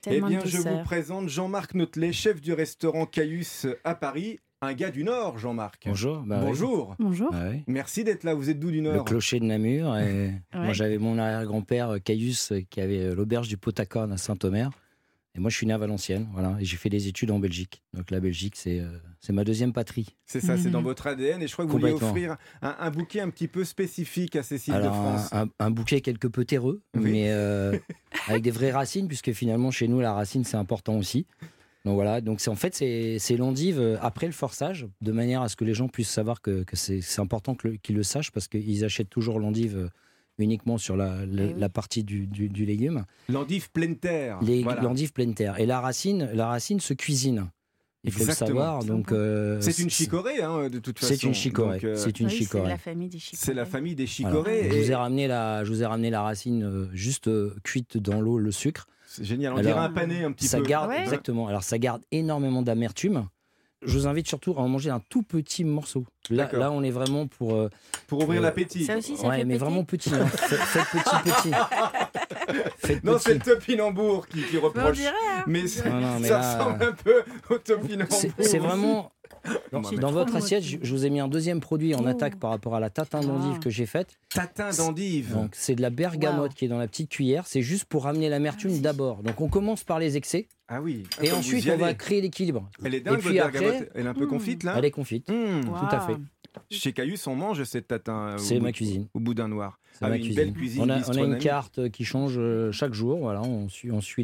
Tellement Eh de bien, je douceur. vous présente Jean-Marc Notelet, chef du restaurant Caius à Paris. Un gars du Nord, Jean-Marc. Bonjour. Bonjour. Bonjour. Oui. Merci d'être là. Vous êtes d'où du Le Nord? clocher de Namur. Et Ouais. Moi, j'avais mon arrière-grand-père Caius qui avait l'auberge du Pot-à-Corne à Saint-Omer. Et moi, je suis né à Valenciennes. Voilà. Et j'ai fait des études en Belgique. Donc la Belgique, c'est ma deuxième patrie. C'est ça, c'est dans Mhm. votre ADN. Et je crois que vous vouliez Complètement. offrir un bouquet un petit peu spécifique à Cécile de Alors, France. un bouquet quelque peu terreux, Oui. mais avec des vraies racines, puisque finalement, chez nous, la racine, c'est important aussi. Donc voilà, donc c'est l'endive après le forçage, de manière à ce que les gens puissent savoir que c'est important qu'ils le sachent, parce qu'ils achètent toujours l'endive uniquement sur la partie du légume. L'endive pleine terre. Voilà. L'endive pleine terre. Et la racine se cuisine. Il faut Exactement. le savoir. Donc, C'est une chicorée, hein, de toute façon. C'est une chicorée. Donc, C'est une Oui, c'est chicorée. la famille des chicorées. c'est la famille des Voilà. chicorées. Je Et vous ai ramené la racine juste cuite dans l'eau, le sucre. c'est génial. On Alors, dirait un pané un petit Ça peu. garde, Ouais. exactement. Alors, ça garde énormément d'amertume. Je vous invite surtout à en manger un tout petit morceau. D'accord. Là, on est vraiment pour. Pour ouvrir l'appétit. Ça aussi, ça Ouais, fait mais péter. vraiment petit. Hein. Faites petit. Faites Non, c'est le petit. topinambour qui Mais on reproche. dirait, hein. Mais Non, mais ça là- ressemble un peu au topinambour. C'est vraiment. Dans, C'est dans trop votre bon. assiette, je vous ai mis un deuxième produit en Oh. attaque par rapport à la tatin d'endive Ah. que j'ai faite. Tatin d'endive. Donc, c'est de la bergamote Wow. qui est dans la petite cuillère. C'est juste pour ramener l'amertume d'abord. Donc, on commence par les excès. Ah oui. Et Comme ensuite, vous y on va allez. créer l'équilibre. Elle est dingue, Et puis votre bergamote. après- Elle est un peu confite, là. Elle est confite. Mmh. Tout à fait. Chez Caius, on mange cette tatin C'est ma cuisine. au boudin noir. C'est Ah ma oui, une cuisine. belle cuisine On a une bistronomique. carte qui change chaque jour. Voilà, on suit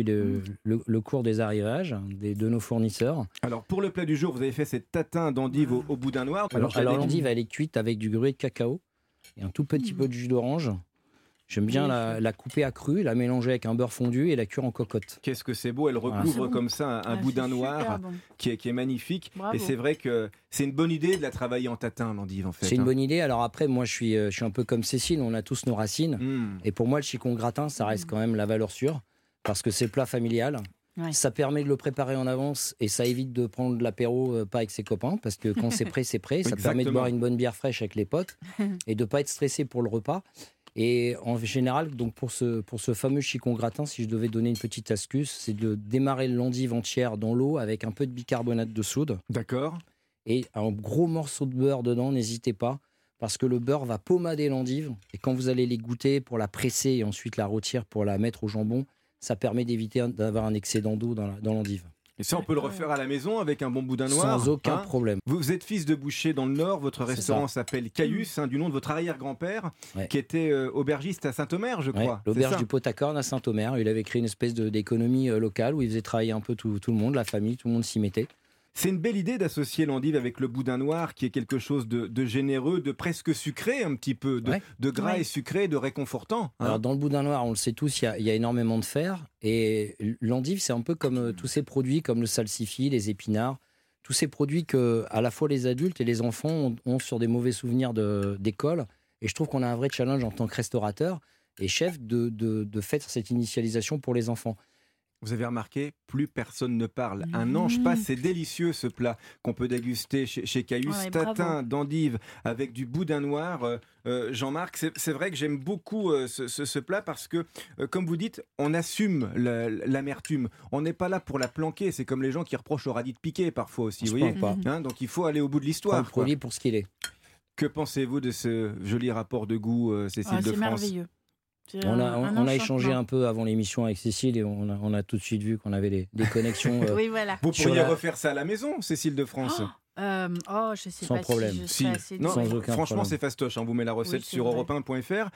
le cours des arrivages de nos fournisseurs. Alors, pour le plat du jour, vous avez fait cette tatin d'endive au boudin noir. Alors, je l'avais dit. l'endive, elle est cuite avec du gruau de cacao et un tout petit peu de jus d'orange. J'aime bien la couper à cru, la mélanger avec un beurre fondu et la cuire en cocotte. Qu'est-ce que c'est beau, elle recouvre C'est bon. comme ça un Ah, boudin c'est noir super bon. qui est magnifique. Bravo. Et c'est vrai que c'est une bonne idée de la travailler en tatin, l'endive, en fait. C'est une hein. bonne idée. Alors après, moi, je suis un peu comme Cécile, on a tous nos racines. Mmh. Et pour moi, le chicon gratin, ça reste quand même la valeur sûre, parce que c'est plat familial. Ouais. Ça permet de le préparer en avance et ça évite de prendre de l'apéro pas avec ses copains, parce que quand c'est prêt, c'est prêt. Ça permet de Exactement. boire une bonne bière fraîche avec les potes et de ne pas être stressé pour le repas. Et en général, donc pour ce fameux chicon gratin, si je devais donner une petite astuce, c'est de démarrer l'endive entière dans l'eau avec un peu de bicarbonate de soude D'accord. et un gros morceau de beurre dedans, n'hésitez pas, parce que le beurre va pommader l'endive. Et quand vous allez les goûter pour la presser et ensuite la rôtir pour la mettre au jambon, ça permet d'éviter d'avoir un excédent d'eau dans l'endive. Et ça, on peut le refaire à la maison avec un bon boudin noir. Sans aucun hein. problème. Vous êtes fils de boucher dans le Nord, votre C'est restaurant ça. s'appelle Caius, du nom de votre arrière-grand-père, Ouais. qui était aubergiste à Saint-Omer, je Ouais, crois. C'est l'auberge ça du Pot-à-Corne à Saint-Omer. Il avait créé une espèce d'économie locale où il faisait travailler un peu tout le monde, la famille, tout le monde s'y mettait. C'est une belle idée d'associer l'endive avec le boudin noir, qui est quelque chose de généreux, de presque sucré un petit peu, Ouais. de gras Ouais. et sucré, de réconfortant. hein. Alors dans le boudin noir, on le sait tous, il y a énormément de fer. Et l'endive, c'est un peu comme tous ces produits comme le salsifis, les épinards. Tous ces produits que à la fois les adultes et les enfants ont sur des mauvais souvenirs d'école. Et je trouve qu'on a un vrai challenge en tant que restaurateur et chef de faire cette initialisation pour les enfants. Vous avez remarqué, plus personne ne parle. Un ange passe, c'est délicieux ce plat qu'on peut déguster chez Caius. Ouais, Tatin bravo. d'endive avec du boudin noir. Jean-Marc, c'est vrai que j'aime beaucoup ce plat parce que, comme vous dites, on assume l'amertume. On n'est pas là pour la planquer. C'est comme les gens qui reprochent au radis de piquer parfois aussi. Je Vous voyez pense pas. Hein, donc il faut aller au bout de Prends l'histoire. le quoi. produit pour ce qu'il est. Que pensez-vous de ce joli rapport de goût, Cécile Ah, de c'est France? merveilleux. C'est On un a échangé enchantement. un peu avant l'émission avec Cécile et on a tout de suite vu qu'on avait des connexions. Oui, voilà. Vous Sur pourriez la- refaire ça à la maison, Cécile de France. Je sais Sans pas problème. si je Si. serais assez Non, Sans douée. aucun franchement, problème. c'est fastoche. On vous met la recette Oui, c'est sur vrai. europe1.fr.